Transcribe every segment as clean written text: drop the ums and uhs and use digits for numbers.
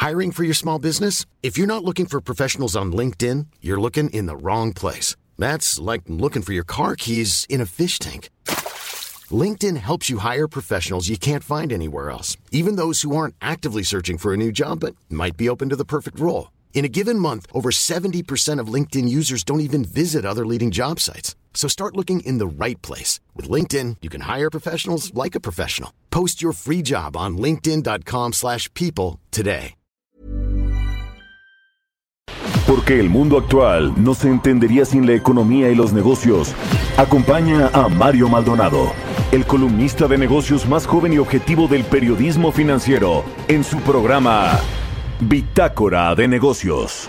Hiring for your small business? If you're not looking for professionals on LinkedIn, you're looking in the wrong place. That's like looking for your car keys in a fish tank. LinkedIn helps you hire professionals you can't find anywhere else, even those who aren't actively searching for a new job but might be open to the perfect role. In a given month, over 70% of LinkedIn users don't even visit other leading job sites. So start looking in the right place. With LinkedIn, you can hire professionals like a professional. Post your free job on linkedin.com/people today. Porque el mundo actual no se entendería sin la economía y los negocios. Acompaña a Mario Maldonado, el columnista de negocios más joven y objetivo del periodismo financiero, en su programa Bitácora de Negocios.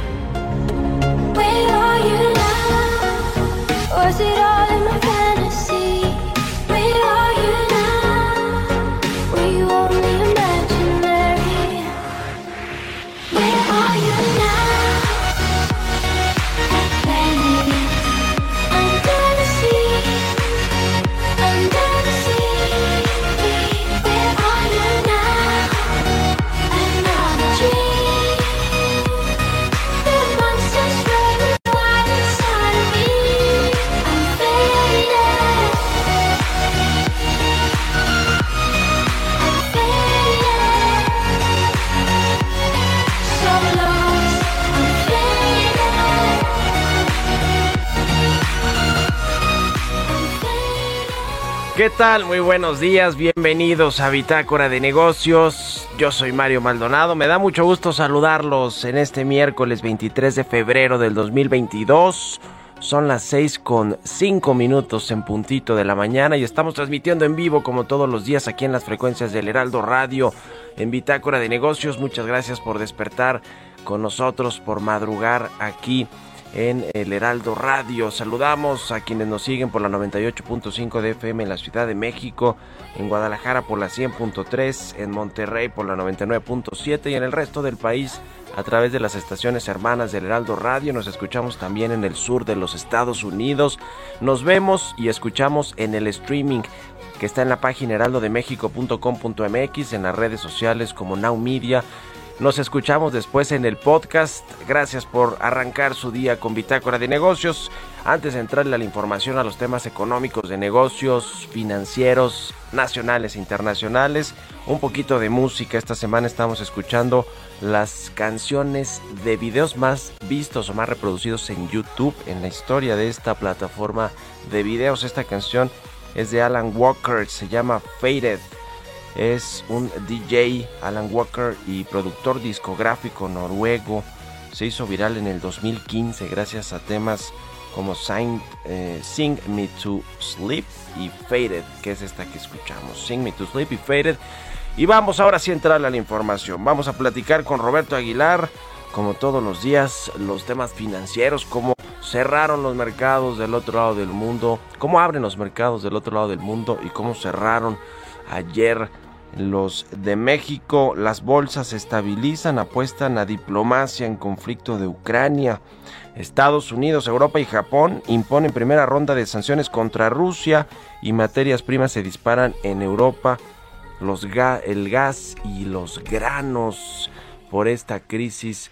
¿Qué tal? Muy buenos días, bienvenidos a Bitácora de Negocios. Yo soy Mario Maldonado, me da mucho gusto saludarlos en este miércoles 23 de febrero del 2022. Son las 6:05 en puntito de la mañana y estamos transmitiendo en vivo como todos los días aquí en las frecuencias del Heraldo Radio en Bitácora de Negocios. Muchas gracias por despertar con nosotros, por madrugar aquí en el Heraldo Radio. Saludamos a quienes nos siguen por la 98.5 de FM en la Ciudad de México, en Guadalajara por la 100.3, en Monterrey por la 99.7 y en el resto del país a través de las estaciones hermanas del Heraldo Radio. Nos escuchamos también en el sur de los Estados Unidos. Nos vemos y escuchamos en el streaming que está en la página heraldodemexico.com.mx, en las redes sociales como Now Media. Nos escuchamos después en el podcast. Gracias por arrancar su día con Bitácora de Negocios. Antes de entrarle a la información, a los temas económicos de negocios, financieros, nacionales e internacionales, un poquito de música. Esta semana estamos escuchando las canciones de videos más vistos o más reproducidos en YouTube en la historia de esta plataforma de videos. Esta canción es de Alan Walker, se llama Faded. Es un DJ, Alan Walker, y productor discográfico noruego. Se hizo viral en el 2015 gracias a temas como Sing Me to Sleep y Faded, que es esta que escuchamos. Sing Me to Sleep y Faded. Y vamos ahora sí a entrar a la información. Vamos a platicar con Roberto Aguilar, como todos los días, los temas financieros, cómo cerraron los mercados del otro lado del mundo, cómo abren los mercados del otro lado del mundo y cómo cerraron ayer los de México. Las bolsas se estabilizan, apuestan a diplomacia en conflicto de Ucrania. Estados Unidos, Europa y Japón imponen primera ronda de sanciones contra Rusia y materias primas se disparan en Europa. El gas y los granos por esta crisis,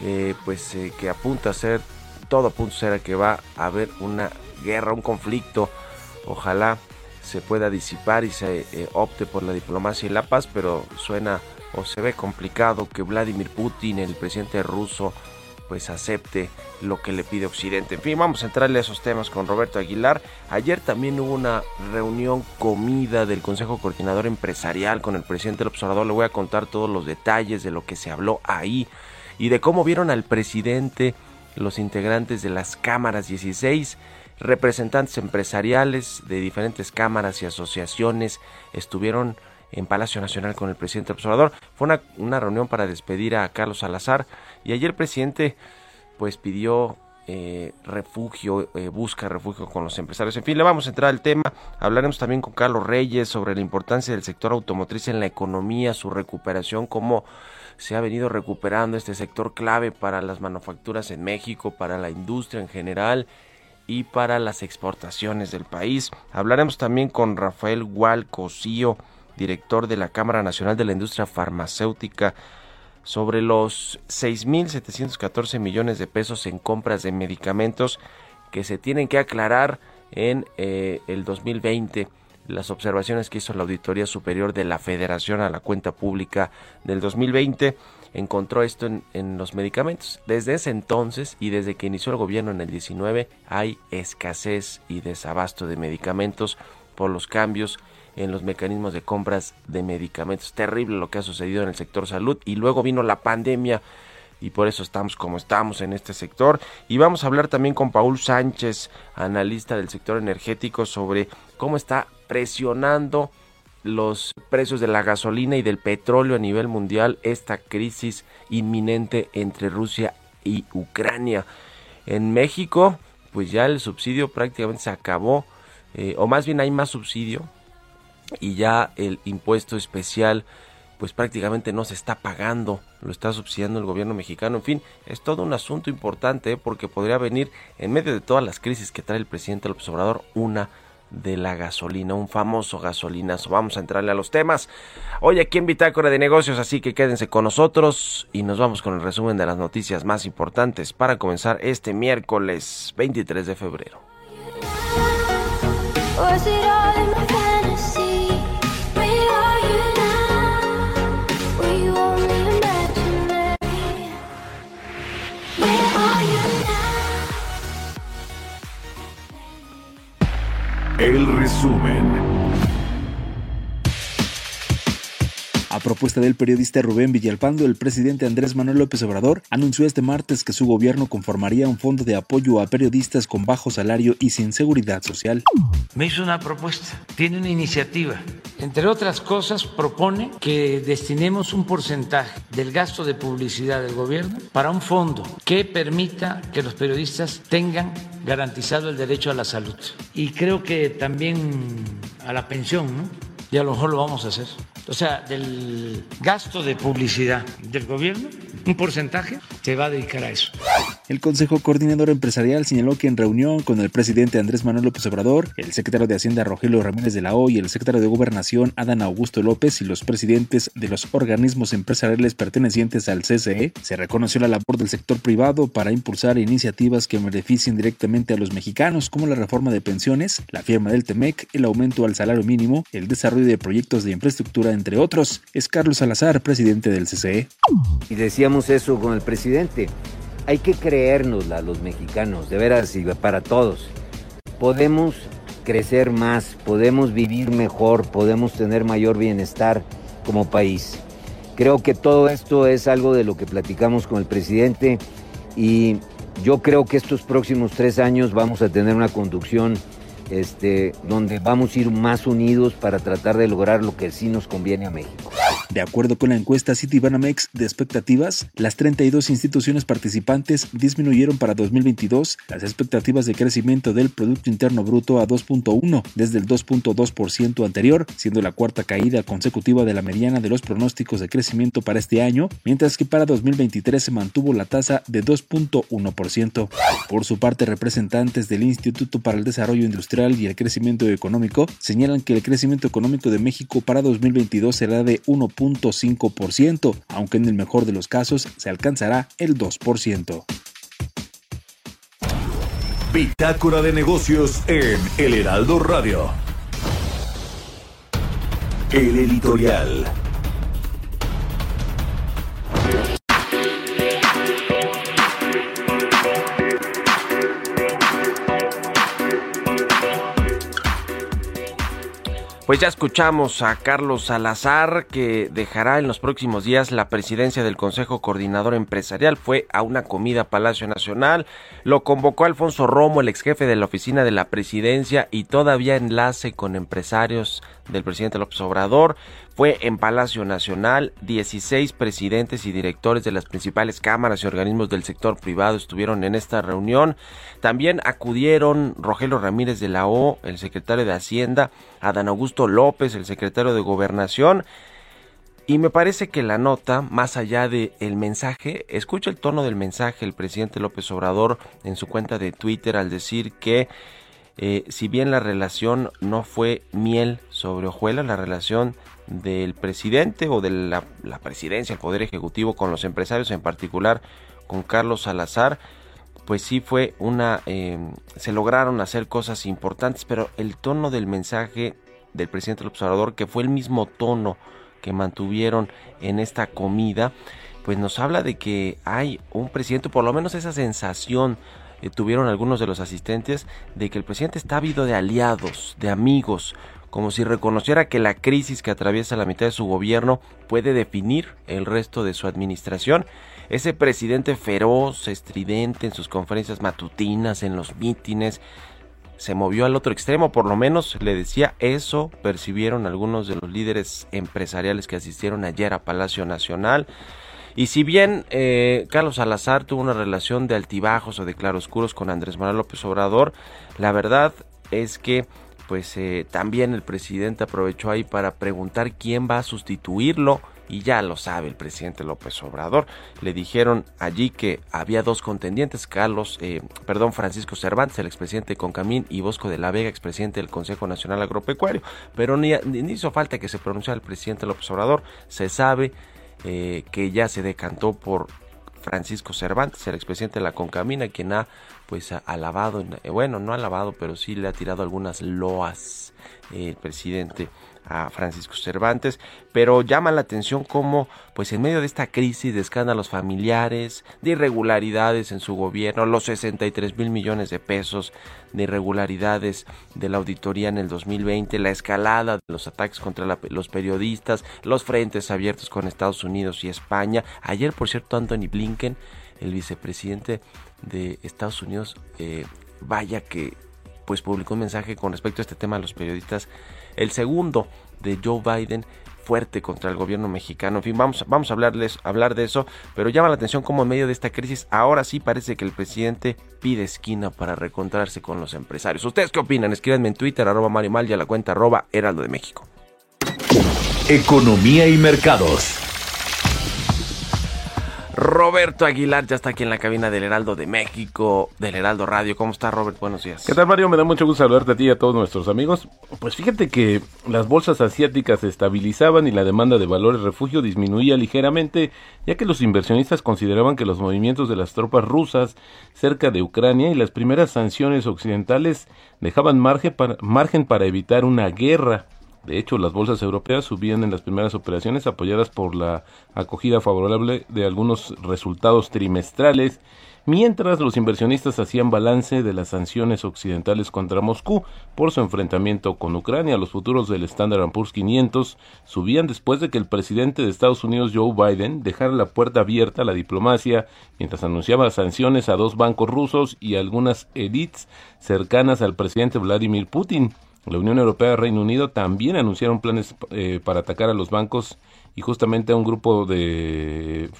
que apunta a ser, todo apunta a ser a que va a haber una guerra, un conflicto. Ojalá se pueda disipar y se opte por la diplomacia y la paz, pero suena o se ve complicado que Vladimir Putin, el presidente ruso, pues acepte lo que le pide Occidente. En fin, vamos a entrarle a esos temas con Roberto Aguilar. Ayer también hubo una reunión comida del Consejo Coordinador Empresarial con el presidente López Obrador. Le voy a contar todos los detalles de lo que se habló ahí y de cómo vieron al presidente los integrantes de las cámaras 16. Representantes empresariales de diferentes cámaras y asociaciones estuvieron en Palacio Nacional con el presidente López Obrador. Fue una reunión para despedir a Carlos Salazar y ayer el presidente pues pidió busca refugio con los empresarios. En fin, le vamos a entrar al tema. Hablaremos también con Carlos Reyes sobre la importancia del sector automotriz en la economía, su recuperación, cómo se ha venido recuperando este sector clave para las manufacturas en México, para la industria en general y para las exportaciones del país. Hablaremos también con Rafael Gual Cosío, director de la Cámara Nacional de la Industria Farmacéutica, sobre los 6.714 millones de pesos en compras de medicamentos que se tienen que aclarar en el 2020. Las observaciones que hizo la Auditoría Superior de la Federación a la cuenta pública del 2020 encontró esto en los medicamentos. Desde ese entonces y desde que inició el gobierno en el 19 hay escasez y desabasto de medicamentos por los cambios en los mecanismos de compras de medicamentos. Terrible lo que ha sucedido en el sector salud, y luego vino la pandemia y por eso estamos como estamos en este sector. Y vamos a hablar también con Paul Sánchez, analista del sector energético, sobre cómo está presionando los precios de la gasolina y del petróleo a nivel mundial esta crisis inminente entre Rusia y Ucrania. En México, pues ya el subsidio prácticamente se acabó, o más bien hay más subsidio, y ya el impuesto especial pues prácticamente no se está pagando, lo está subsidiando el gobierno mexicano. En fin, es todo un asunto importante, porque podría venir en medio de todas las crisis que trae el presidente López Obrador una de la gasolina, un famoso gasolinazo. Vamos a entrarle a los temas hoy aquí en Bitácora de Negocios, así que quédense con nosotros y nos vamos con el resumen de las noticias más importantes para comenzar este miércoles 23 de febrero. El resumen. A propuesta del periodista Rubén Villalpando, el presidente Andrés Manuel López Obrador anunció este martes que su gobierno conformaría un fondo de apoyo a periodistas con bajo salario y sin seguridad social. Me hizo una propuesta, tiene una iniciativa. Entre otras cosas, propone que destinemos un porcentaje del gasto de publicidad del gobierno para un fondo que permita que los periodistas tengan garantizado el derecho a la salud. Y creo que también a la pensión, ¿no? Y a lo mejor lo vamos a hacer. O sea, del gasto de publicidad del gobierno, un porcentaje se va a dedicar a eso. El Consejo Coordinador Empresarial señaló que en reunión con el presidente Andrés Manuel López Obrador, el secretario de Hacienda Rogelio Ramírez de la O y el secretario de Gobernación Adán Augusto López y los presidentes de los organismos empresariales pertenecientes al CCE, se reconoció la labor del sector privado para impulsar iniciativas que beneficien directamente a los mexicanos, como la reforma de pensiones, la firma del TEMEC, el aumento al salario mínimo, el desarrollo de proyectos de infraestructura, entre otros. Es Carlos Salazar, presidente del CCE. Y decíamos eso con el presidente. Hay que creérnosla los mexicanos, de veras, y para todos. Podemos crecer más, podemos vivir mejor, podemos tener mayor bienestar como país. Creo que todo esto es algo de lo que platicamos con el presidente, y yo creo que estos próximos 3 años vamos a tener una conducción donde vamos a ir más unidos para tratar de lograr lo que sí nos conviene a México. De acuerdo con la encuesta Citibanamex de expectativas, las 32 instituciones participantes disminuyeron para 2022 las expectativas de crecimiento del Producto Interno Bruto a 2.1 desde el 2.2% anterior, siendo la cuarta caída consecutiva de la mediana de los pronósticos de crecimiento para este año, mientras que para 2023 se mantuvo la tasa de 2.1%. Por su parte, representantes del Instituto para el Desarrollo Industrial y el Crecimiento Económico señalan que el crecimiento económico de México para 2022 será de 1.5%, aunque en el mejor de los casos se alcanzará el 2%. Bitácora de Negocios en El Heraldo Radio. El editorial. Pues ya escuchamos a Carlos Salazar, que dejará en los próximos días la presidencia del Consejo Coordinador Empresarial. Fue a una comida a Palacio Nacional, lo convocó Alfonso Romo, el ex jefe de la oficina de la presidencia y todavía enlace con empresarios del presidente López Obrador. Fue en Palacio Nacional, 16 presidentes y directores de las principales cámaras y organismos del sector privado estuvieron en esta reunión. También acudieron Rogelio Ramírez de la O, el secretario de Hacienda, Adán Augusto López, el secretario de Gobernación. Y me parece que la nota, más allá del mensaje, escucha el tono del mensaje el presidente López Obrador en su cuenta de Twitter al decir que si bien la relación no fue miel sobre hojuelas, la relación del presidente o de la presidencia, el Poder Ejecutivo con los empresarios, en particular con Carlos Salazar, pues sí fue se lograron hacer cosas importantes, pero el tono del mensaje del presidente López Obrador, que fue el mismo tono que mantuvieron en esta comida, pues nos habla de que hay un presidente, por lo menos esa sensación tuvieron algunos de los asistentes, de que el presidente está ávido de aliados, de amigos, como si reconociera que la crisis que atraviesa la mitad de su gobierno puede definir el resto de su administración. Ese presidente feroz, estridente en sus conferencias matutinas, en los mítines, se movió al otro extremo, por lo menos le decía eso, percibieron algunos de los líderes empresariales que asistieron ayer a Palacio Nacional. Y si bien Carlos Salazar tuvo una relación de altibajos o de claroscuros con Andrés Manuel López Obrador, la verdad es que pues también el presidente aprovechó ahí para preguntar quién va a sustituirlo, y ya lo sabe el presidente López Obrador. Le dijeron allí que había dos contendientes, Francisco Cervantes, el expresidente de Concamín, y Bosco de la Vega, expresidente del Consejo Nacional Agropecuario, pero ni hizo falta que se pronunciara el presidente López Obrador. Se sabe que ya se decantó por Francisco Cervantes, el expresidente de la Concamina, quien ha alabado, no alabado, pero sí le ha tirado algunas loas el presidente a Francisco Cervantes, pero llama la atención cómo, pues en medio de esta crisis de escándalos familiares, de irregularidades en su gobierno, los 63,000 millones de pesos de irregularidades de la auditoría en el 2020, la escalada de los ataques contra los periodistas, los frentes abiertos con Estados Unidos y España. Ayer, por cierto, Anthony Blinken, el vicepresidente de Estados Unidos, vaya que pues publicó un mensaje con respecto a este tema de los periodistas, el segundo de Joe Biden, fuerte contra el gobierno mexicano. En fin, vamos a hablar de eso, pero llama la atención cómo en medio de esta crisis ahora sí parece que el presidente pide esquina para reencontrarse con los empresarios. ¿Ustedes qué opinan? Escríbanme en Twitter, @Mario Mal, y a la cuenta @Heraldo de México. Economía y mercados. Roberto Aguilar ya está aquí en la cabina del Heraldo de México, del Heraldo Radio. ¿Cómo está, Robert? Buenos días. ¿Qué tal, Mario? Me da mucho gusto saludarte a ti y a todos nuestros amigos. Pues fíjate que las bolsas asiáticas se estabilizaban y la demanda de valores refugio disminuía ligeramente, ya que los inversionistas consideraban que los movimientos de las tropas rusas cerca de Ucrania y las primeras sanciones occidentales dejaban margen para evitar una guerra. De hecho, las bolsas europeas subían en las primeras operaciones apoyadas por la acogida favorable de algunos resultados trimestrales, mientras los inversionistas hacían balance de las sanciones occidentales contra Moscú por su enfrentamiento con Ucrania. Los futuros del Standard & Poor's 500 subían después de que el presidente de Estados Unidos, Joe Biden, dejara la puerta abierta a la diplomacia mientras anunciaba sanciones a 2 bancos rusos y algunas élites cercanas al presidente Vladimir Putin. La Unión Europea y Reino Unido también anunciaron planes para atacar a los bancos y justamente a un grupo de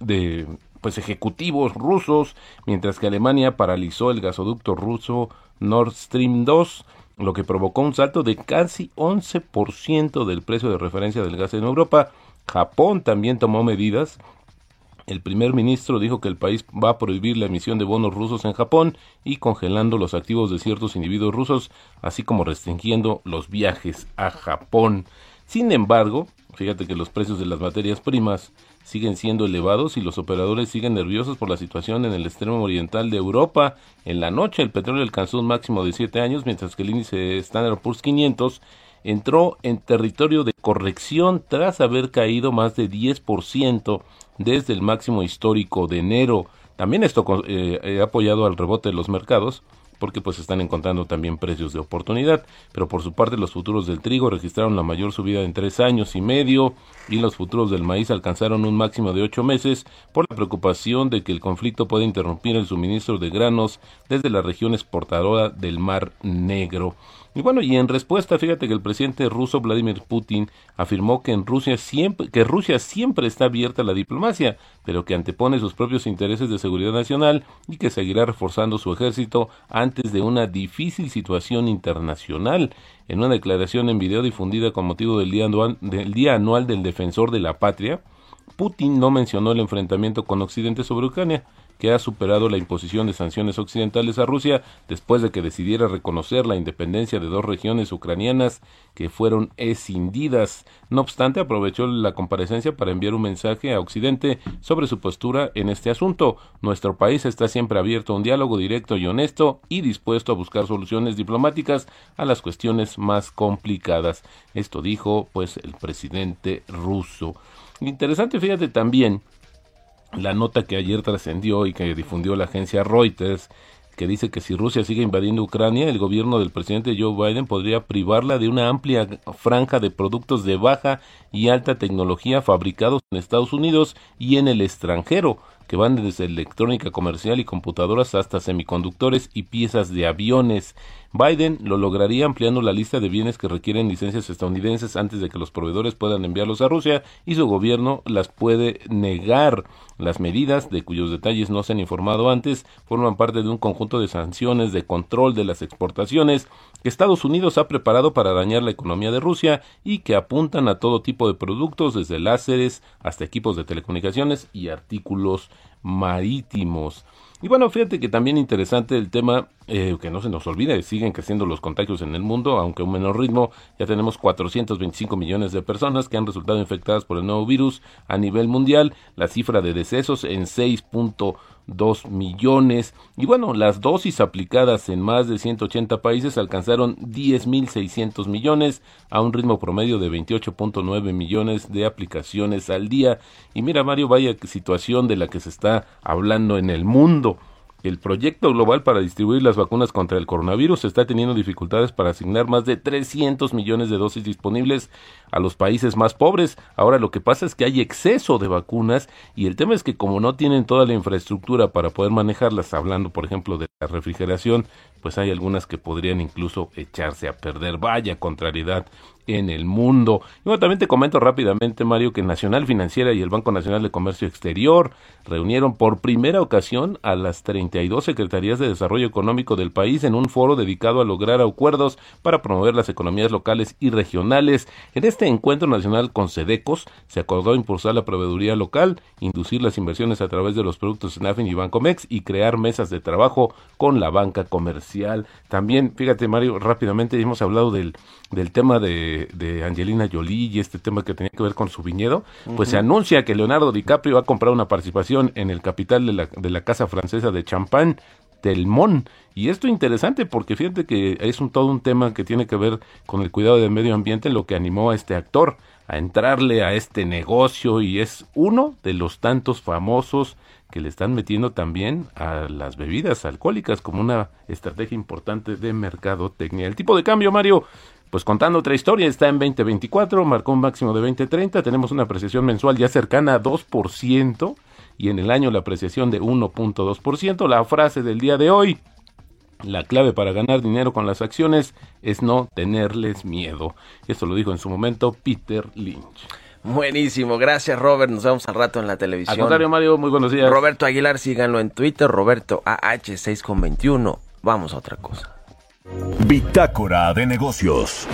ejecutivos rusos, mientras que Alemania paralizó el gasoducto ruso Nord Stream 2, lo que provocó un salto de casi 11% del precio de referencia del gas en Europa. Japón también tomó medidas. El primer ministro dijo que el país va a prohibir la emisión de bonos rusos en Japón y congelando los activos de ciertos individuos rusos, así como restringiendo los viajes a Japón. Sin embargo, fíjate que los precios de las materias primas siguen siendo elevados y los operadores siguen nerviosos por la situación en el extremo oriental de Europa. En la noche el petróleo alcanzó un máximo de 7 años, mientras que el índice Standard & Poor's 500 entró en territorio de corrección tras haber caído más de 10% desde el máximo histórico de enero. También esto ha apoyado al rebote de los mercados, porque pues están encontrando también precios de oportunidad, pero por su parte los futuros del trigo registraron la mayor subida en 3 años y medio, y los futuros del maíz alcanzaron un máximo de 8 meses por la preocupación de que el conflicto puede interrumpir el suministro de granos desde la región exportadora del Mar Negro. Y bueno, y en respuesta, fíjate que el presidente ruso Vladimir Putin afirmó que Rusia siempre está abierta a la diplomacia, pero que antepone sus propios intereses de seguridad nacional y que seguirá reforzando su ejército antes de una difícil situación internacional. En una declaración en video difundida con motivo del Día Anual del Defensor de la Patria, Putin no mencionó el enfrentamiento con Occidente sobre Ucrania, que ha superado la imposición de sanciones occidentales a Rusia después de que decidiera reconocer la independencia de dos regiones ucranianas que fueron escindidas. No obstante, aprovechó la comparecencia para enviar un mensaje a Occidente sobre su postura en este asunto. Nuestro país está siempre abierto a un diálogo directo y honesto y dispuesto a buscar soluciones diplomáticas a las cuestiones más complicadas. Esto dijo, pues, el presidente ruso. Interesante, fíjate también, la nota que ayer trascendió y que difundió la agencia Reuters, que dice que si Rusia sigue invadiendo Ucrania, el gobierno del presidente Joe Biden podría privarla de una amplia franja de productos de baja y alta tecnología fabricados en Estados Unidos y en el extranjero, que van desde electrónica comercial y computadoras hasta semiconductores y piezas de aviones. Biden lo lograría ampliando la lista de bienes que requieren licencias estadounidenses antes de que los proveedores puedan enviarlos a Rusia, y su gobierno las puede negar. Las medidas, de cuyos detalles no se han informado antes, forman parte de un conjunto de sanciones de control de las exportaciones que Estados Unidos ha preparado para dañar la economía de Rusia y que apuntan a todo tipo de productos, desde láseres hasta equipos de telecomunicaciones y artículos marítimos. Y bueno, fíjate que también interesante el tema, que no se nos olvide, siguen creciendo los contagios en el mundo, aunque a un menor ritmo. Ya tenemos 425 millones de personas que han resultado infectadas por el nuevo virus a nivel mundial, la cifra de decesos en 6.2 millones, y bueno, las dosis aplicadas en más de 180 países alcanzaron 10.600 millones, a un ritmo promedio de 28.9 millones de aplicaciones al día. Y mira, Mario, vaya situación de la que se está hablando en el mundo. El proyecto global para distribuir las vacunas contra el coronavirus está teniendo dificultades para asignar más de 300 millones de dosis disponibles a los países más pobres. Ahora, lo que pasa es que hay exceso de vacunas, y el tema es que como no tienen toda la infraestructura para poder manejarlas, hablando por ejemplo de la refrigeración, pues hay algunas que podrían incluso echarse a perder. Vaya contrariedad en el mundo. Y bueno, también te comento rápidamente, Mario, que Nacional Financiera y el Banco Nacional de Comercio Exterior reunieron por primera ocasión a las 32 secretarías de desarrollo económico del país en un foro dedicado a lograr acuerdos para promover las economías locales y regionales. En este encuentro nacional con SEDECOS se acordó impulsar la proveeduría local, inducir las inversiones a través de los productos SNAFIN y Bancomex y crear mesas de trabajo con la banca comercial. También, fíjate, Mario, rápidamente hemos hablado del tema de Angelina Jolie y este tema que tenía que ver con su viñedo. Pues se anuncia que Leonardo DiCaprio va a comprar una participación en el capital de la casa francesa de champán, Telmont. Y esto es interesante porque fíjate que es todo un tema que tiene que ver con el cuidado del medio ambiente, lo que animó a este actor a entrarle a este negocio, y es uno de los tantos famosos que le están metiendo también a las bebidas alcohólicas como una estrategia importante de mercadotecnia. El tipo de cambio, Mario, pues contando otra historia, está en 20.24, marcó un máximo de 20.30, tenemos una apreciación mensual ya cercana a 2%, y en el año la apreciación de 1.2%. La frase del día de hoy: la clave para ganar dinero con las acciones es no tenerles miedo. Esto lo dijo en su momento Peter Lynch. Buenísimo, gracias, Robert, nos vemos al rato en la televisión. Al contrario, Mario, muy buenos días. Roberto Aguilar, síganlo en Twitter, Roberto AH6.21. Vamos a otra cosa. Bitácora de negocios.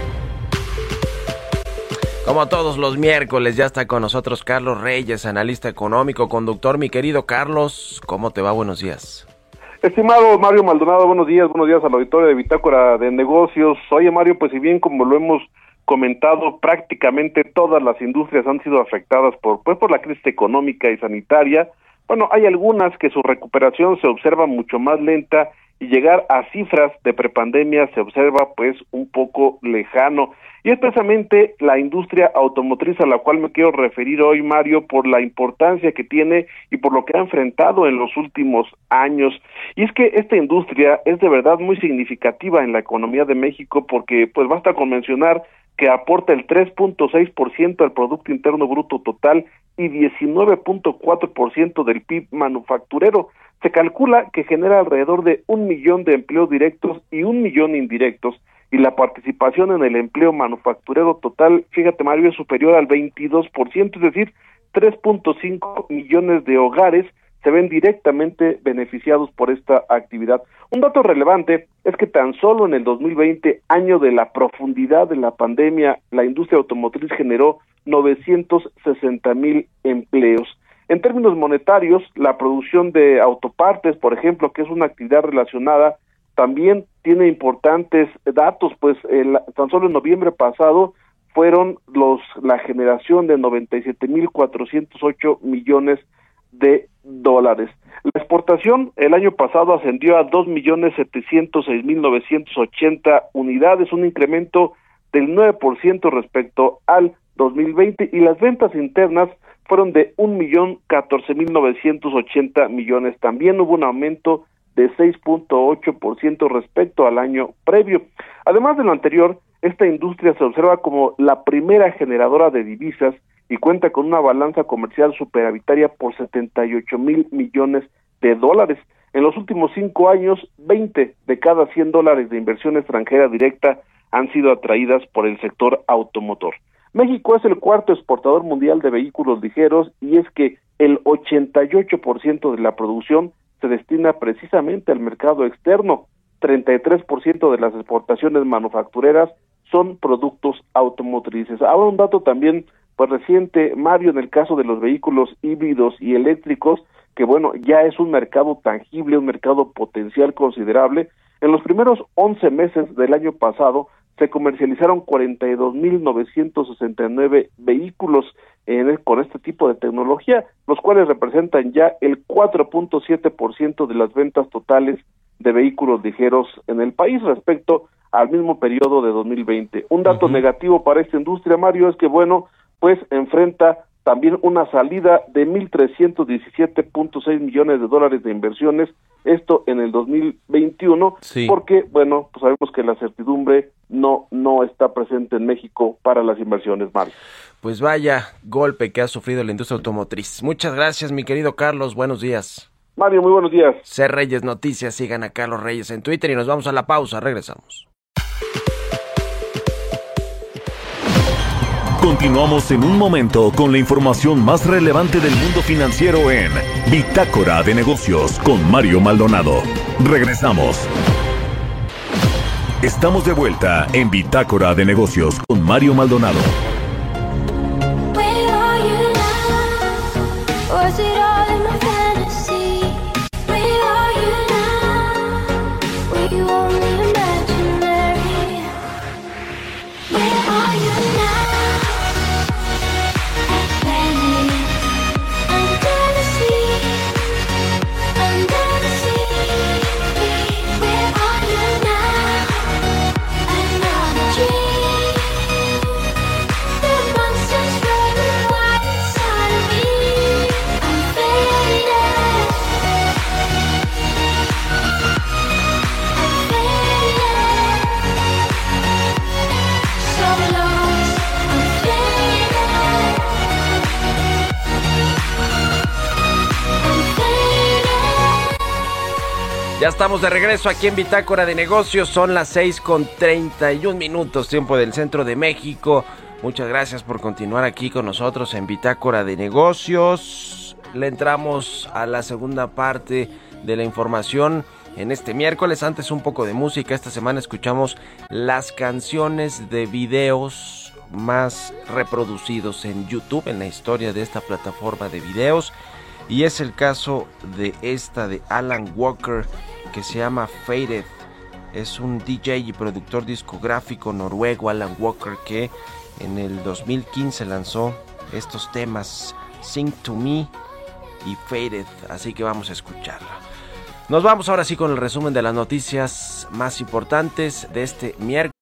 Como todos los miércoles, ya está con nosotros Carlos Reyes, analista económico, conductor. Mi querido Carlos, ¿cómo te va? Buenos días. Estimado Mario Maldonado, buenos días al auditorio de Bitácora de Negocios. Oye, Mario, pues si bien, como lo hemos comentado, prácticamente todas las industrias han sido afectadas por la crisis económica y sanitaria, bueno, hay algunas que su recuperación se observa mucho más lenta, y llegar a cifras de prepandemia se observa pues un poco lejano. Y es precisamente la industria automotriz a la cual me quiero referir hoy, Mario, por la importancia que tiene y por lo que ha enfrentado en los últimos años. Y es que esta industria es de verdad muy significativa en la economía de México, porque pues basta con mencionar que aporta el 3.6% al Producto Interno Bruto total y 19.4% del PIB manufacturero. Se calcula que genera alrededor de 1 millón de empleos directos y 1 millón indirectos, y la participación en el empleo manufacturero total, fíjate, Mario, es superior al 22%, es decir, 3.5 millones de hogares se ven directamente beneficiados por esta actividad. Un dato relevante es que tan solo en el 2020, año de la profundidad de la pandemia, la industria automotriz generó 960,000 empleos. En términos monetarios, la producción de autopartes, por ejemplo, que es una actividad relacionada, también tiene importantes datos, pues tan solo en noviembre pasado fueron la generación de 97,408 millones de dólares. La exportación el año pasado ascendió a 2,706,980 unidades, un incremento del 9% respecto al 2020, y las ventas internas fueron de 1,014,980 millones. También hubo un aumento de 6.8% respecto al año previo. Además de lo anterior, esta industria se observa como la primera generadora de divisas y cuenta con una balanza comercial superavitaria por 78,000 millones de dólares. En los últimos 5 años, 20 de cada 100 dólares de inversión extranjera directa han sido atraídas por el sector automotor. México es el cuarto exportador mundial de vehículos ligeros, y es que el 88% de la producción se destina precisamente al mercado externo. 33% de las exportaciones manufactureras son productos automotrices. Ahora un dato también reciente, Mario, en el caso de los vehículos híbridos y eléctricos, que bueno, ya es un mercado tangible, un mercado potencial considerable. En los primeros 11 meses del año pasado se comercializaron 42,969 vehículos con este tipo de tecnología, los cuales representan ya el 4.7% de las ventas totales de vehículos ligeros en el país respecto al mismo periodo de 2020. Un dato negativo para esta industria, Mario, es que bueno, pues enfrenta también una salida de 1,317.6 millones de dólares de inversiones, esto en el 2021, sí, porque, bueno, pues sabemos que la certidumbre no está presente en México para las inversiones, Mario. Pues vaya golpe que ha sufrido la industria automotriz. Muchas gracias, mi querido Carlos, buenos días. Mario, muy buenos días. C. Reyes Noticias, sigan a Carlos Reyes en Twitter y nos vamos a la pausa, regresamos. Continuamos en un momento con la información más relevante del mundo financiero en Bitácora de Negocios con Mario Maldonado. Regresamos. Estamos de vuelta en Bitácora de Negocios con Mario Maldonado. Ya estamos de regreso aquí en Bitácora de Negocios, son las 6:31, tiempo del centro de México. Muchas gracias por continuar aquí con nosotros en Bitácora de Negocios. Le entramos a la segunda parte de la información en este miércoles. Antes un poco de música. Esta semana escuchamos las canciones de videos más reproducidos en YouTube, en la historia de esta plataforma de videos. Y es el caso de esta de Alan Walker, que se llama Faded. Es un DJ y productor discográfico noruego, Alan Walker, que en el 2015 lanzó estos temas Sing to Me y Faded. Así que vamos a escucharlo. Nos vamos ahora sí con el resumen de las noticias más importantes de este miércoles.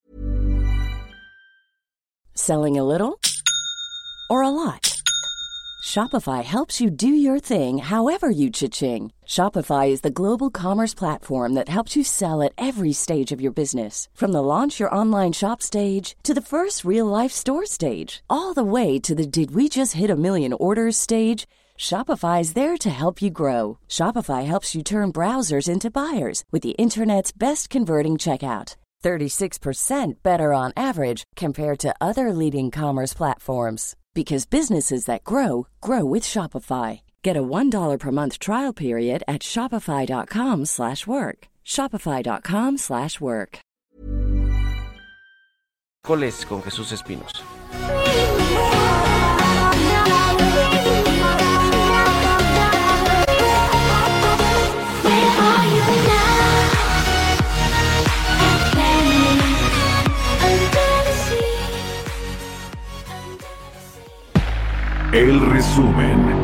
Selling a little or a lot? Shopify helps you do your thing however you cha-ching. Shopify is the global commerce platform that helps you sell at every stage of your business. From the launch your online shop stage to the first real-life store stage, all the way to the did we just hit a million orders stage. Shopify is there to help you grow. Shopify helps you turn browsers into buyers with the internet's best converting checkout. 36% better on average compared to other leading commerce platforms. Because businesses that grow, grow with Shopify. Get a $1 per month trial period at shopify.com/work. Shopify.com/work. Coles con Jesús Espinosa. El resumen.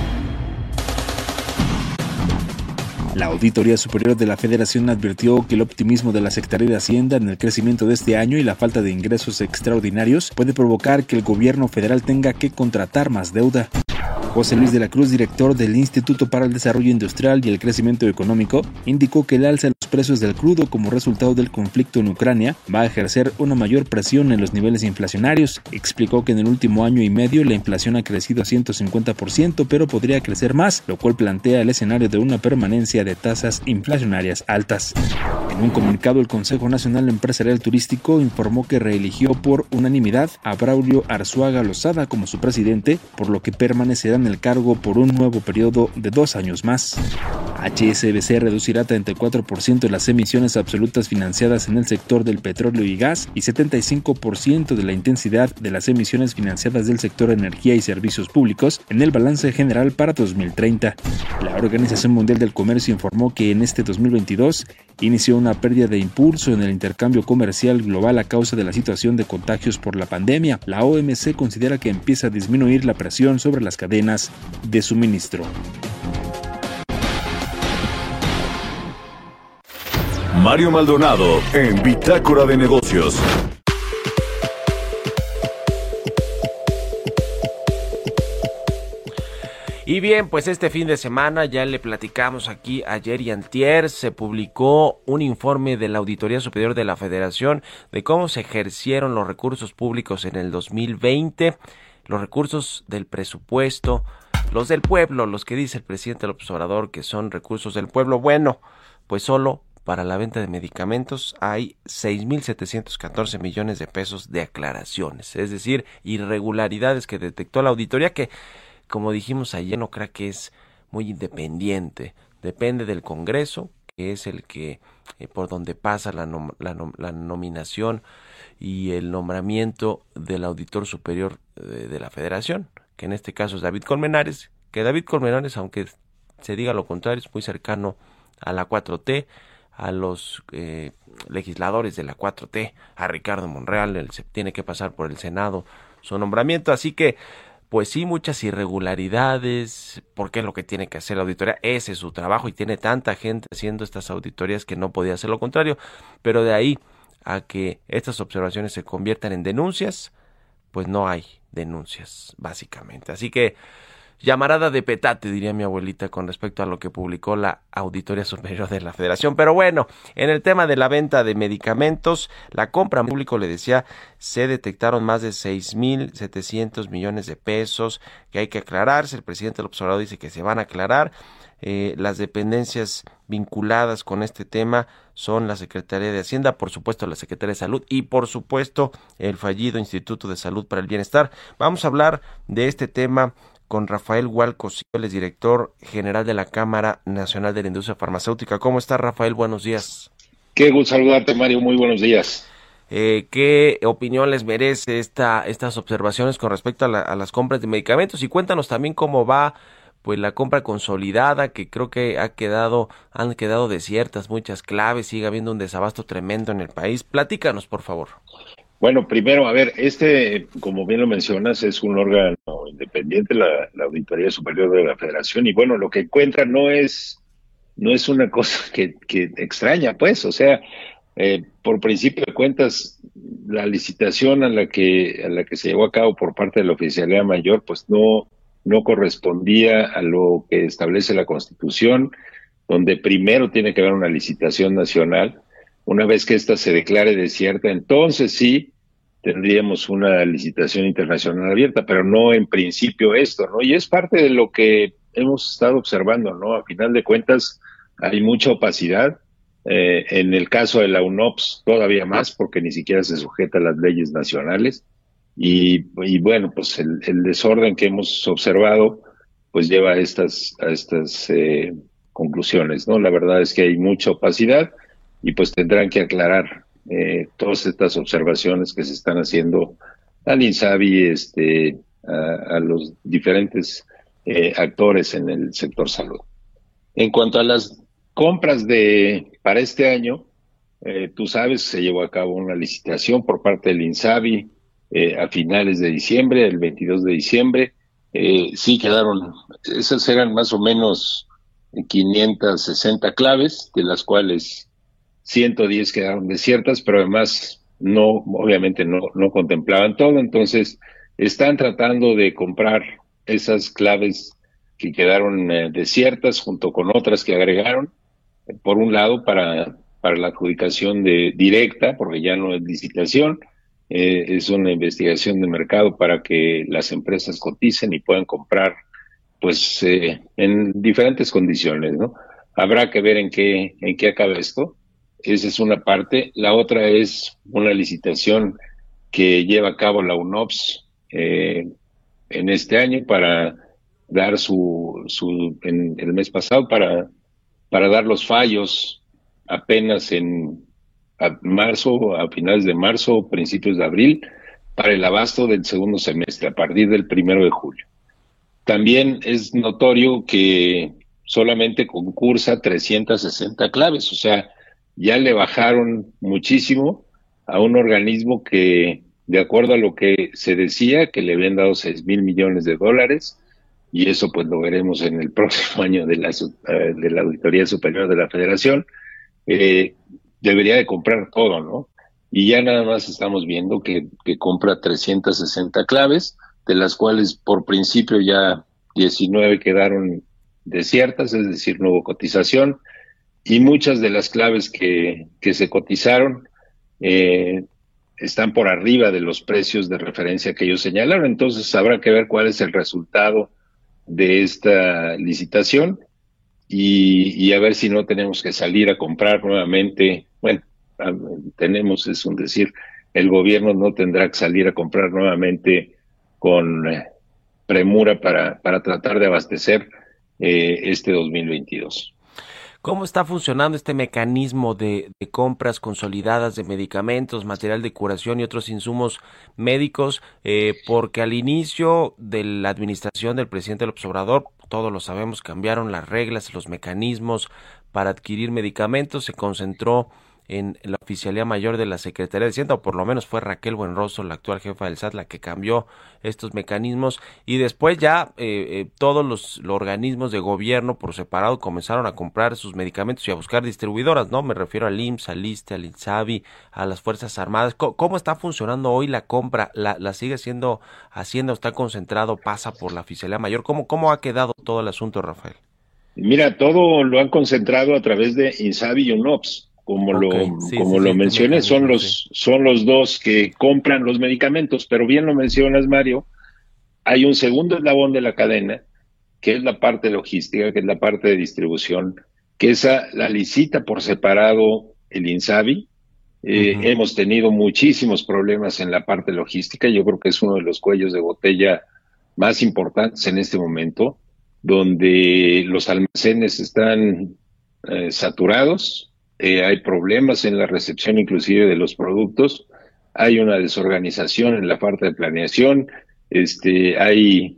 La Auditoría Superior de la Federación advirtió que el optimismo de la Secretaría de Hacienda en el crecimiento de este año y la falta de ingresos extraordinarios puede provocar que el gobierno federal tenga que contratar más deuda. José Luis de la Cruz, director del Instituto para el Desarrollo Industrial y el Crecimiento Económico, indicó que el alza de los precios del crudo como resultado del conflicto en Ucrania va a ejercer una mayor presión en los niveles inflacionarios. Explicó que en el último año y medio la inflación ha crecido a 150%, pero podría crecer más, lo cual plantea el escenario de una permanencia de tasas inflacionarias altas. En un comunicado, el Consejo Nacional Empresarial Turístico informó que reeligió por unanimidad a Braulio Arzuaga Lozada como su presidente, por lo que permanecerá en el cargo por un nuevo periodo de 2 años más. HSBC reducirá 34% las emisiones absolutas financiadas en el sector del petróleo y gas y 75% de la intensidad de las emisiones financiadas del sector energía y servicios públicos en el balance general para 2030. La Organización Mundial del Comercio informó que en este 2022 inició una pérdida de impulso en el intercambio comercial global a causa de la situación de contagios por la pandemia. La OMC considera que empieza a disminuir la presión sobre las cadenas de suministro. Mario Maldonado en Bitácora de Negocios. Y bien, pues este fin de semana ya le platicamos aquí ayer y antier, se publicó un informe de la Auditoría Superior de la Federación de cómo se ejercieron los recursos públicos en el 2020, los recursos del presupuesto, los del pueblo, los que dice el presidente López Obrador que son recursos del pueblo. Bueno, pues solo para la venta de medicamentos hay 6,714 millones de pesos de aclaraciones, es decir, irregularidades que detectó la auditoría que, como dijimos ayer, no creo que es muy independiente, depende del Congreso, que es el que por donde pasa la nominación y el nombramiento del auditor superior de la Federación, que en este caso es David Colmenares, que David Colmenares, aunque se diga lo contrario, es muy cercano a la 4T, a los legisladores de la 4T, a Ricardo Monreal, se tiene que pasar por el Senado su nombramiento, así que pues sí, muchas irregularidades, porque es lo que tiene que hacer la auditoría, ese es su trabajo y tiene tanta gente haciendo estas auditorías que no podía hacer lo contrario, pero de ahí a que estas observaciones se conviertan en denuncias, pues no hay denuncias, básicamente. Así que llamarada de petate, diría mi abuelita, con respecto a lo que publicó la Auditoría Superior de la Federación. Pero bueno, en el tema de la venta de medicamentos, la compra pública, le decía, se detectaron más de 6,700 millones de pesos que hay que aclararse. El presidente López Obrador dice que se van a aclarar. Las dependencias vinculadas con este tema son la Secretaría de Hacienda, por supuesto la Secretaría de Salud y por supuesto el fallido Instituto de Salud para el Bienestar. Vamos a hablar de este tema con Rafael Hualcos, él es director general de la Cámara Nacional de la Industria Farmacéutica. ¿Cómo está, Rafael? Buenos días. Qué gusto saludarte, Mario. Muy buenos días. ¿Qué opinión les merece estas observaciones con respecto a las compras de medicamentos? Y cuéntanos también cómo va pues la compra consolidada, que creo que han quedado desiertas muchas claves, sigue habiendo un desabasto tremendo en el país. Platícanos, por favor. Bueno, primero, a ver, como bien lo mencionas, es un órgano independiente, la Auditoría Superior de la Federación, y bueno, lo que encuentra no es una cosa que extraña, pues, o sea, por principio de cuentas, la licitación a la que se llevó a cabo por parte de la Oficialía Mayor, pues no correspondía a lo que establece la Constitución, donde primero tiene que haber una licitación nacional. Una vez que ésta se declare desierta, entonces sí tendríamos una licitación internacional abierta, pero no en principio esto, ¿no? Y es parte de lo que hemos estado observando, ¿no? A final de cuentas hay mucha opacidad. En el caso de la UNOPS todavía más, porque ni siquiera se sujeta a las leyes nacionales. Y bueno, pues el desorden que hemos observado pues lleva a estas conclusiones, ¿no? La verdad es que hay mucha opacidad y pues tendrán que aclarar todas estas observaciones que se están haciendo al INSABI, a los diferentes actores en el sector salud. En cuanto a las compras para este año, tú sabes, se llevó a cabo una licitación por parte del INSABI a finales de diciembre, el 22 de diciembre. Sí quedaron, esas eran más o menos 560 claves, de las cuales 110 quedaron desiertas, pero además obviamente no contemplaban todo. Entonces están tratando de comprar esas claves que quedaron desiertas junto con otras que agregaron, por un lado para la adjudicación directa, porque ya no es licitación, es una investigación de mercado para que las empresas coticen y puedan comprar pues en diferentes condiciones, ¿no? Habrá que ver en qué acaba esto. Esa es una parte. La otra es una licitación que lleva a cabo la UNOPS en este año para dar en el mes pasado para dar los fallos apenas a finales de marzo, principios de abril, para el abasto del segundo semestre, a partir del 1 de julio. También es notorio que solamente concursa 360 claves, o sea, ya le bajaron muchísimo a un organismo que, de acuerdo a lo que se decía, que le habían dado $6,000 millones, y eso pues lo veremos en el próximo año de la Auditoría Superior de la Federación. Debería de comprar todo, ¿no? Y ya nada más estamos viendo que compra 360 claves, de las cuales por principio ya 19 quedaron desiertas, es decir, no hubo cotización, y muchas de las claves que se cotizaron están por arriba de los precios de referencia que ellos señalaron. Entonces habrá que ver cuál es el resultado de esta licitación y a ver si no tenemos que salir a comprar nuevamente. Bueno, es un decir, el gobierno no tendrá que salir a comprar nuevamente con premura para tratar de abastecer este 2022. ¿Cómo está funcionando este mecanismo de compras consolidadas de medicamentos, material de curación y otros insumos médicos? Porque al inicio de la administración del presidente López Obrador, todos lo sabemos, cambiaron las reglas, los mecanismos para adquirir medicamentos, se concentró en la Oficialía Mayor de la Secretaría de Hacienda, o por lo menos fue Raquel Buenrostro, la actual jefa del SAT, la que cambió estos mecanismos, y después ya todos los organismos de gobierno por separado comenzaron a comprar sus medicamentos y a buscar distribuidoras, ¿no? Me refiero al IMSS, al ISSSTE, al INSABI, a las Fuerzas Armadas. ¿Cómo está funcionando hoy la compra? ¿La sigue haciendo Hacienda, está concentrado, pasa por la Oficialía Mayor? ¿Cómo ha quedado todo el asunto, Rafael? Mira, todo lo han concentrado a través de INSABI y UNOPS. Como lo mencioné, son los dos que compran los medicamentos, pero bien lo mencionas, Mario, hay un segundo eslabón de la cadena, que es la parte logística, que es la parte de distribución, que esa la licita por separado el INSABI. Hemos tenido muchísimos problemas en la parte logística, yo creo que es uno de los cuellos de botella más importantes en este momento, donde los almacenes están saturados. Hay problemas en la recepción inclusive de los productos, hay una desorganización en la parte de planeación, hay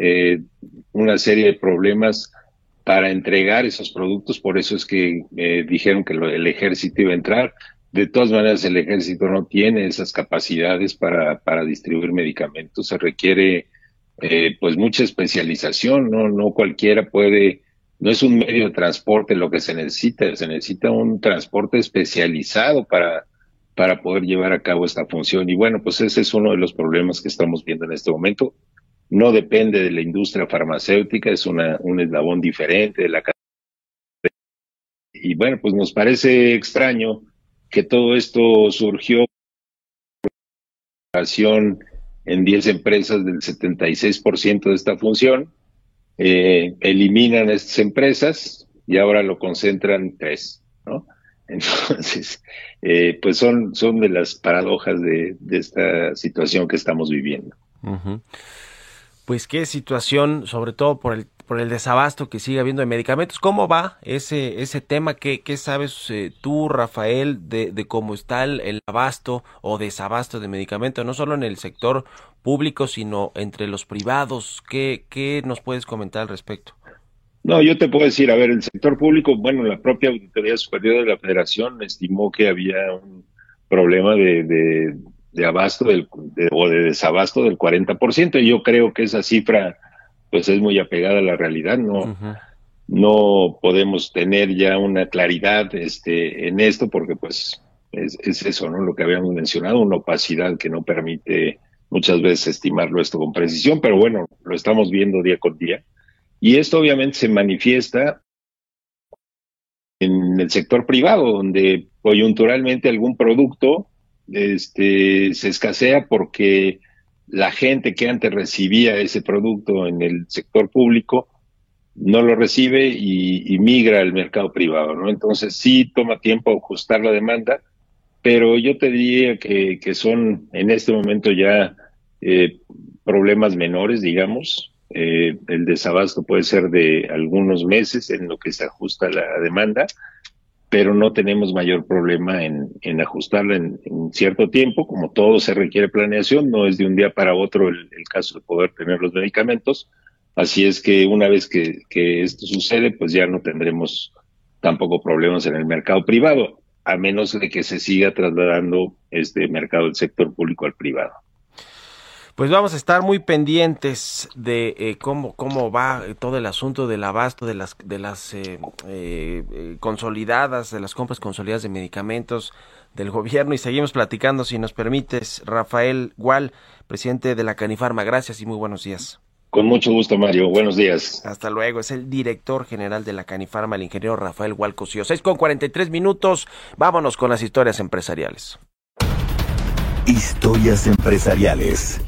una serie de problemas para entregar esos productos, por eso es que dijeron que el ejército iba a entrar. De todas maneras, el ejército no tiene esas capacidades para distribuir medicamentos, se requiere pues mucha especialización, no cualquiera puede. No es un medio de transporte lo que se necesita un transporte especializado para poder llevar a cabo esta función. Y bueno, pues ese es uno de los problemas que estamos viendo en este momento. No depende de la industria farmacéutica, es un eslabón diferente de la cadena. Y bueno, pues nos parece extraño que todo esto surgió en 10 empresas del 76% de esta función. Eliminan estas empresas y ahora lo concentran en 3, ¿no? Entonces, pues son de las paradojas de esta situación que estamos viviendo. Pues qué situación, sobre todo por por el desabasto que sigue habiendo de medicamentos. ¿Cómo va ese tema? ¿Qué sabes tú, Rafael, de cómo está el abasto o desabasto de medicamentos, no solo en el sector público, sino entre los privados? ¿Qué nos puedes comentar al respecto? No, yo te puedo decir, a ver, el sector público, bueno, la propia Auditoría Superior de la Federación estimó que había un problema de abasto o de desabasto del 40%, y yo creo que esa cifra pues es muy apegada a la realidad. No podemos tener ya una claridad en esto, porque pues es eso, ¿no? Lo que habíamos mencionado, una opacidad que no permite muchas veces estimarlo esto con precisión, pero bueno, lo estamos viendo día con día. Y esto obviamente se manifiesta en el sector privado, donde coyunturalmente algún producto se escasea porque la gente que antes recibía ese producto en el sector público no lo recibe y migra al mercado privado, ¿no? Entonces sí toma tiempo ajustar la demanda, pero yo te diría que son en este momento ya problemas menores, digamos. El desabasto puede ser de algunos meses en lo que se ajusta la demanda, pero no tenemos mayor problema en ajustarla en cierto tiempo. Como todo se requiere planeación, no es de un día para otro el caso de poder tener los medicamentos. Así es que una vez que esto sucede, pues ya no tendremos tampoco problemas en el mercado privado, a menos de que se siga trasladando este mercado del sector público al privado. Pues vamos a estar muy pendientes de cómo va todo el asunto del abasto de las consolidadas, de las compras consolidadas de medicamentos del gobierno, y seguimos platicando, si nos permites. Rafael Gual, presidente de la Canifarma, gracias y muy buenos días. Con mucho gusto, Mario. Buenos días. Hasta luego. Es el director general de la Canifarma, el ingeniero Rafael Gual Cosío. 6:43. Vámonos con las historias empresariales. Historias empresariales.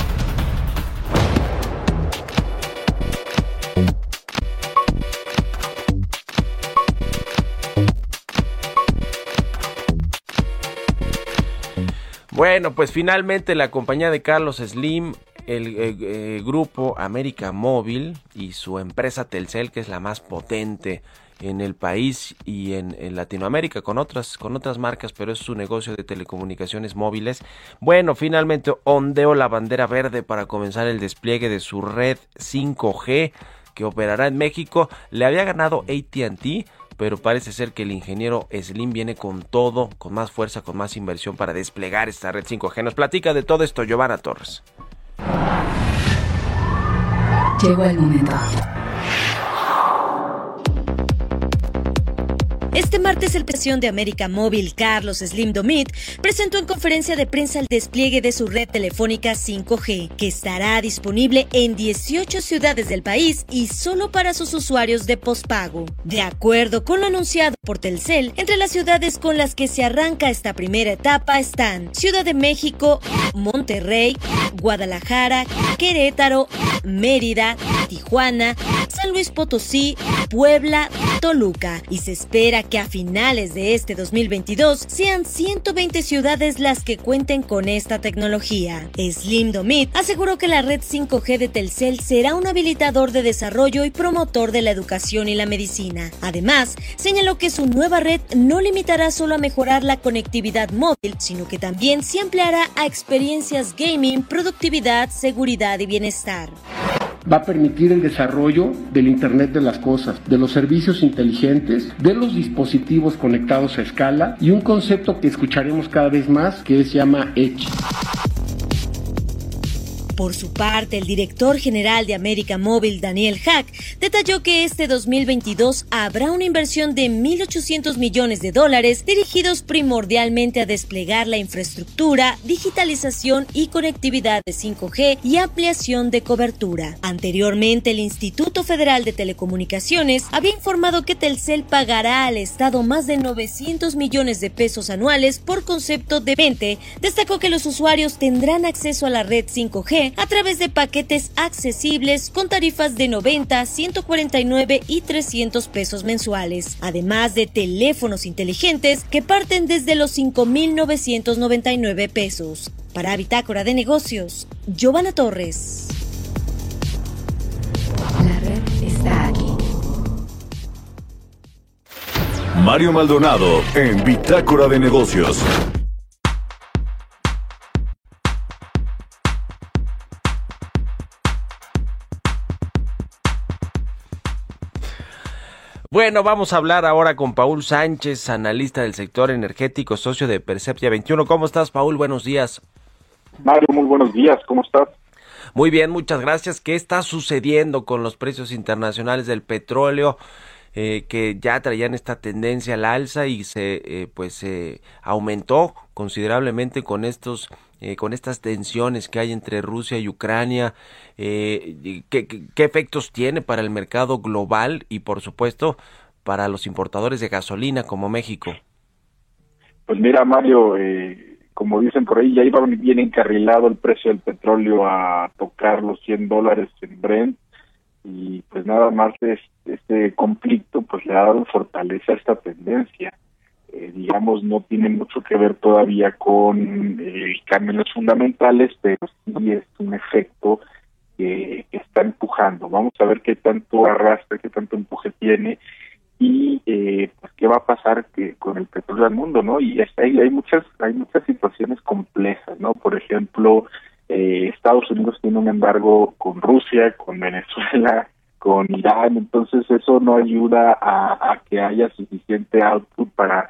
Bueno, pues finalmente la compañía de Carlos Slim, el grupo América Móvil y su empresa Telcel, que es la más potente en el país y en Latinoamérica, con otras marcas, pero es su negocio de telecomunicaciones móviles. Bueno, finalmente ondeó la bandera verde para comenzar el despliegue de su red 5G que operará en México. Le había ganado AT&T, pero parece ser que el ingeniero Slim viene con todo, con más fuerza, con más inversión para desplegar esta red 5G. Nos platica de todo esto Giovanna Torres. Llegó el momento. Este martes el presidente de América Móvil, Carlos Slim Domit, presentó en conferencia de prensa el despliegue de su red telefónica 5G, que estará disponible en 18 ciudades del país y solo para sus usuarios de pospago. De acuerdo con lo anunciado por Telcel, entre las ciudades con las que se arranca esta primera etapa están Ciudad de México, Monterrey, Guadalajara, Querétaro, Mérida, Tijuana, San Luis Potosí, Puebla, Toluca, y se espera que a finales de este 2022 sean 120 ciudades las que cuenten con esta tecnología. Slim Domit aseguró que la red 5G de Telcel será un habilitador de desarrollo y promotor de la educación y la medicina. Además, señaló que su nueva red no limitará solo a mejorar la conectividad móvil, sino que también se ampliará a experiencias gaming, productividad, seguridad y bienestar. Va a permitir el desarrollo del Internet de las cosas, de los servicios inteligentes, de los dispositivos conectados a escala y un concepto que escucharemos cada vez más que se llama Edge. Por su parte, el director general de América Móvil, Daniel Haq, detalló que este 2022 habrá una inversión de $1.800 millones dirigidos primordialmente a desplegar la infraestructura, digitalización y conectividad de 5G y ampliación de cobertura. Anteriormente, el Instituto Federal de Telecomunicaciones había informado que Telcel pagará al Estado más de 900 millones de pesos anuales por concepto de 20. Destacó que los usuarios tendrán acceso a la red 5G a través de paquetes accesibles con tarifas de 90, 149 y 300 pesos mensuales, además de teléfonos inteligentes que parten desde los 5,999 pesos. Para Bitácora de Negocios, Giovanna Torres. La red está Mario Maldonado en Bitácora de Negocios. Bueno, vamos a hablar ahora con Paul Sánchez, analista del sector energético, socio de Perceptia 21. ¿Cómo estás, Paul? Buenos días. Mario, muy buenos días. ¿Cómo estás? Muy bien, muchas gracias. ¿Qué está sucediendo con los precios internacionales del petróleo que ya traían esta tendencia al alza y se aumentó considerablemente con estas tensiones que hay entre Rusia y Ucrania? ¿Qué efectos tiene para el mercado global y, por supuesto, para los importadores de gasolina como México? Pues mira, Mario, como dicen por ahí, ya iba bien encarrilado el precio del petróleo a tocar los $100 en Brent, y pues nada más este conflicto pues le ha dado fortaleza a esta tendencia. Digamos, no tiene mucho que ver todavía con cambios fundamentales, pero sí es un efecto que está empujando. Vamos a ver qué tanto arrastra, qué tanto empuje tiene, y pues qué va a pasar con el petróleo del mundo, ¿no? Y hay muchas situaciones complejas, ¿no? Por ejemplo, Estados Unidos tiene un embargo con Rusia, con Venezuela, con Irán, entonces eso no ayuda a que haya suficiente output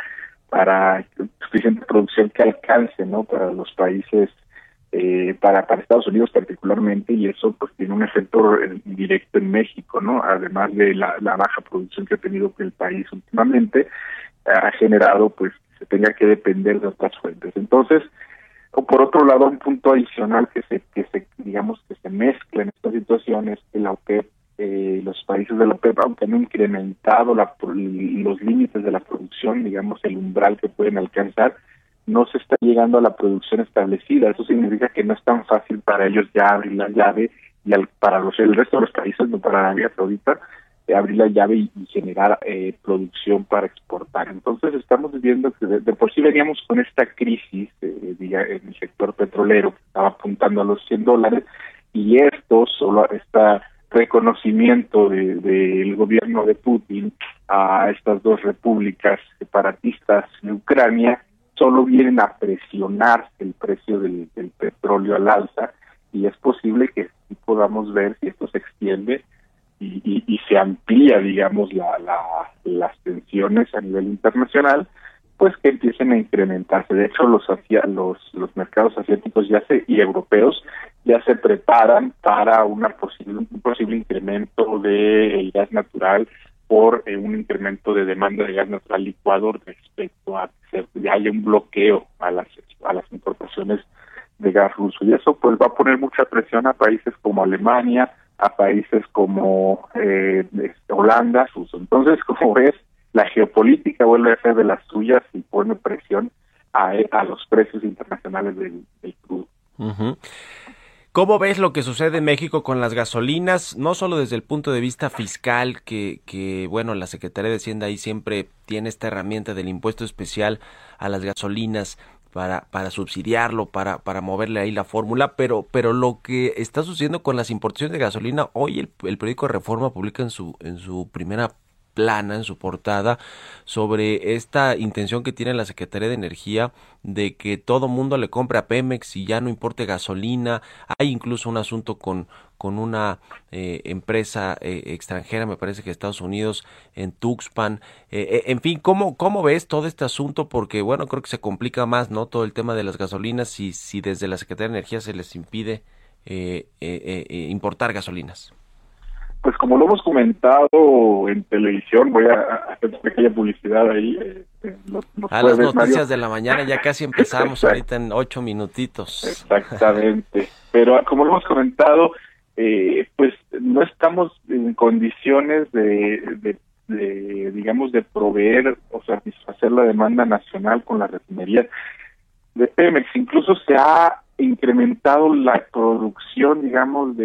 para suficiente producción que alcance, ¿no? Para los países, para Estados Unidos particularmente, y eso pues tiene un efecto directo en México, ¿no? Además de la baja producción que ha tenido el país últimamente, ha generado pues que se tenga que depender de otras fuentes. Entonces, o por otro lado, un punto adicional que se mezcla en estas situaciones, que la OPEP, los países de la OPEP, aunque han incrementado los límites de la producción, digamos el umbral que pueden alcanzar, no se está llegando a la producción establecida. Eso significa que no es tan fácil para ellos ya abrir la llave, y para el resto de los países, no para Arabia Saudita, abrir la llave y generar producción para exportar. Entonces estamos viendo que de por sí veníamos con esta crisis en el sector petrolero que estaba apuntando a los $100, y este reconocimiento del gobierno de Putin a estas dos repúblicas separatistas de Ucrania solo vienen a presionar el precio del petróleo al alza, y es posible que sí podamos ver si esto se extiende y se amplía, digamos, las tensiones a nivel internacional, pues que empiecen a incrementarse. De hecho, los mercados asiáticos y europeos ya se preparan para un posible incremento de gas natural por un incremento de demanda de gas natural licuado respecto a que haya un bloqueo a las importaciones de gas ruso. Y eso pues va a poner mucha presión a países como Alemania, a países como Holanda. Entonces, como ves, la geopolítica vuelve a ser de las suyas y pone presión a los precios internacionales del crudo. Uh-huh. ¿Cómo ves lo que sucede en México con las gasolinas? No solo desde el punto de vista fiscal, que bueno, la Secretaría de Hacienda ahí siempre tiene esta herramienta del impuesto especial a las gasolinas para subsidiarlo, para moverle ahí la fórmula, pero lo que está sucediendo con las importaciones de gasolina, hoy el periódico Reforma publica en su primera plana, en su portada, sobre esta intención que tiene la Secretaría de Energía de que todo mundo le compre a Pemex y ya no importe gasolina. Hay incluso un asunto con una empresa extranjera, me parece que Estados Unidos, en Tuxpan. En fin, ¿cómo ves todo este asunto? Porque, bueno, creo que se complica más, ¿no? Todo el tema de las gasolinas, si desde la Secretaría de Energía se les impide importar gasolinas. Pues como lo hemos comentado en televisión, voy a hacer una pequeña publicidad ahí. A las noticias, Mario, de la mañana, ya casi empezamos. Ahorita en 8 minutitos. Exactamente. Pero como lo hemos comentado, pues no estamos en condiciones de proveer o satisfacer la demanda nacional con las refinerías de Pemex. Incluso se ha incrementado la producción, digamos,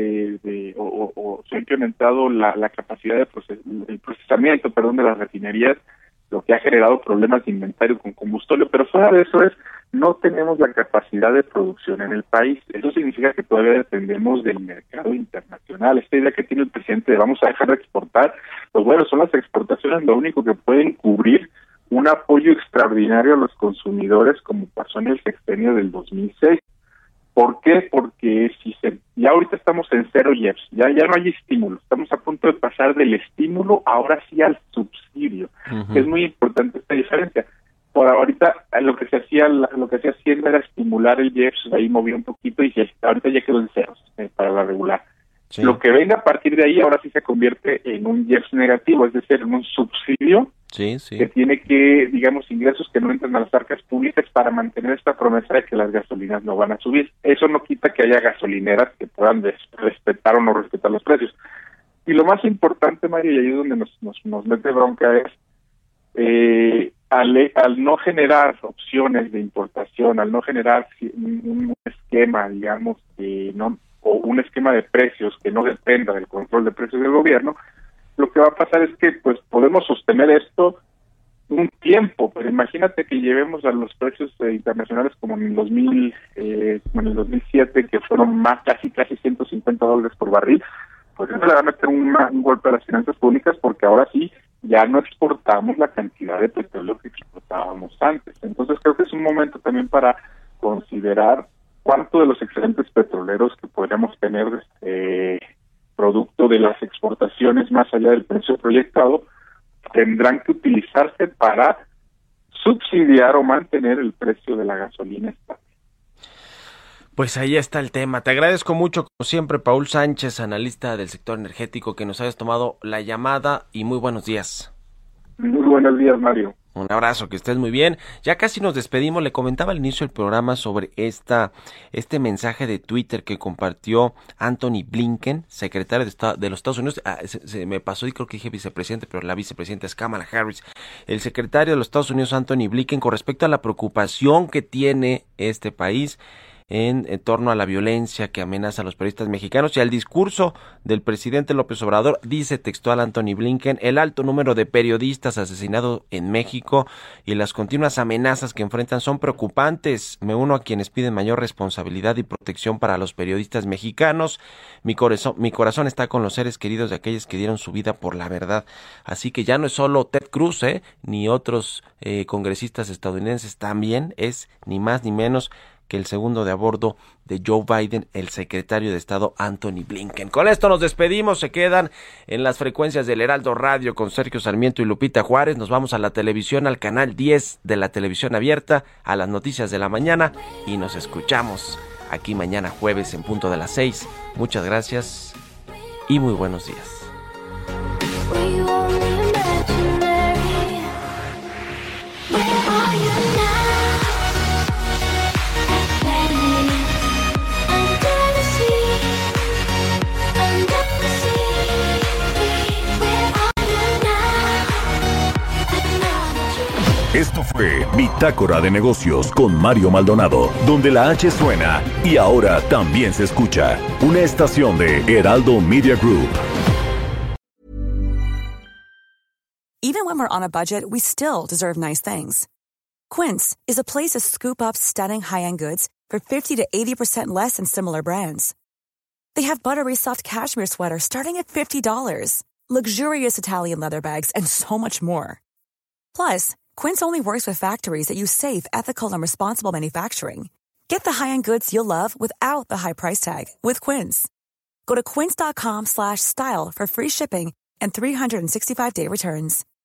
o se ha incrementado la capacidad el procesamiento, de las refinerías, lo que ha generado problemas de inventario con combustible, pero fuera de eso no tenemos la capacidad de producción en el país. Eso significa que todavía dependemos del mercado internacional. Esta idea que tiene el presidente de vamos a dejar de exportar, pues bueno, son las exportaciones lo único que pueden cubrir un apoyo extraordinario a los consumidores como pasó en el sexenio del 2006. ¿Por qué? Porque ya ahorita estamos en cero IEPS, ya no hay estímulo, estamos a punto de pasar del estímulo ahora sí al subsidio. Es muy importante esta diferencia. Por ahorita lo que se hacía Hacienda era estimular el IEPS, ahí movió un poquito y ahorita ya quedó en ceros para la regular. Sí. Lo que venga a partir de ahí ahora sí se convierte en un IEPS negativo, es decir, en un subsidio que tiene que, digamos, ingresos que no entran a las arcas públicas para mantener esta promesa de que las gasolinas no van a subir. Eso no quita que haya gasolineras que puedan respetar o no respetar los precios. Y lo más importante, Mario, y ahí es donde nos mete bronca, es al no generar opciones de importación, al no generar un esquema, digamos, o un esquema de precios que no dependa del control de precios del gobierno, lo que va a pasar es que pues podemos sostener esto un tiempo, pero imagínate que llevemos a los precios internacionales como en el 2007, que fueron casi $150 por barril, pues eso le va a meter un golpe a las finanzas públicas, porque ahora sí ya no exportamos la cantidad de petróleo que exportábamos antes. Entonces creo que es un momento también para considerar cuánto de los excedentes petroleros que podríamos tener producto de las exportaciones más allá del precio proyectado tendrán que utilizarse para subsidiar o mantener el precio de la gasolina estable. Pues ahí está el tema. Te agradezco mucho, como siempre, Paul Sánchez, analista del sector energético, que nos hayas tomado la llamada y muy buenos días. Muy buenos días, Mario. Un abrazo, que estés muy bien. Ya casi nos despedimos. Le comentaba al inicio del programa sobre este mensaje de Twitter que compartió Antony Blinken, secretario de los Estados Unidos. Se me pasó y creo que dije vicepresidente, pero la vicepresidenta es Kamala Harris. El secretario de los Estados Unidos, Antony Blinken, con respecto a la preocupación que tiene este país en torno a la violencia que amenaza a los periodistas mexicanos y al discurso del presidente López Obrador. Dice textual Antony Blinken: el alto número de periodistas asesinados en México y las continuas amenazas que enfrentan son preocupantes. Me uno a quienes piden mayor responsabilidad y protección para los periodistas mexicanos. Mi corazón está con los seres queridos de aquellos que dieron su vida por la verdad. Así que ya no es solo Ted Cruz, ni otros congresistas estadounidenses, también es ni más ni menos que el segundo de a bordo de Joe Biden, el secretario de Estado Antony Blinken. Con esto nos despedimos, se quedan en las frecuencias del Heraldo Radio con Sergio Sarmiento y Lupita Juárez. Nos vamos a la televisión, al canal 10 de la televisión abierta, a las noticias de la mañana, y nos escuchamos aquí mañana jueves en punto de las 6. Muchas gracias y muy buenos días. Esto fue Bitácora de Negocios con Mario Maldonado, donde la H suena y ahora también se escucha. Una estación de Heraldo Media Group. Even when we're on a budget, we still deserve nice things. Quince is a place to scoop up stunning high-end goods for 50 to 80% less than similar brands. They have buttery soft cashmere sweaters starting at $50, luxurious Italian leather bags, and so much more. Plus, Quince only works with factories that use safe, ethical, and responsible manufacturing. Get the high-end goods you'll love without the high price tag with Quince. Go to quince.com/style for free shipping and 365-day returns.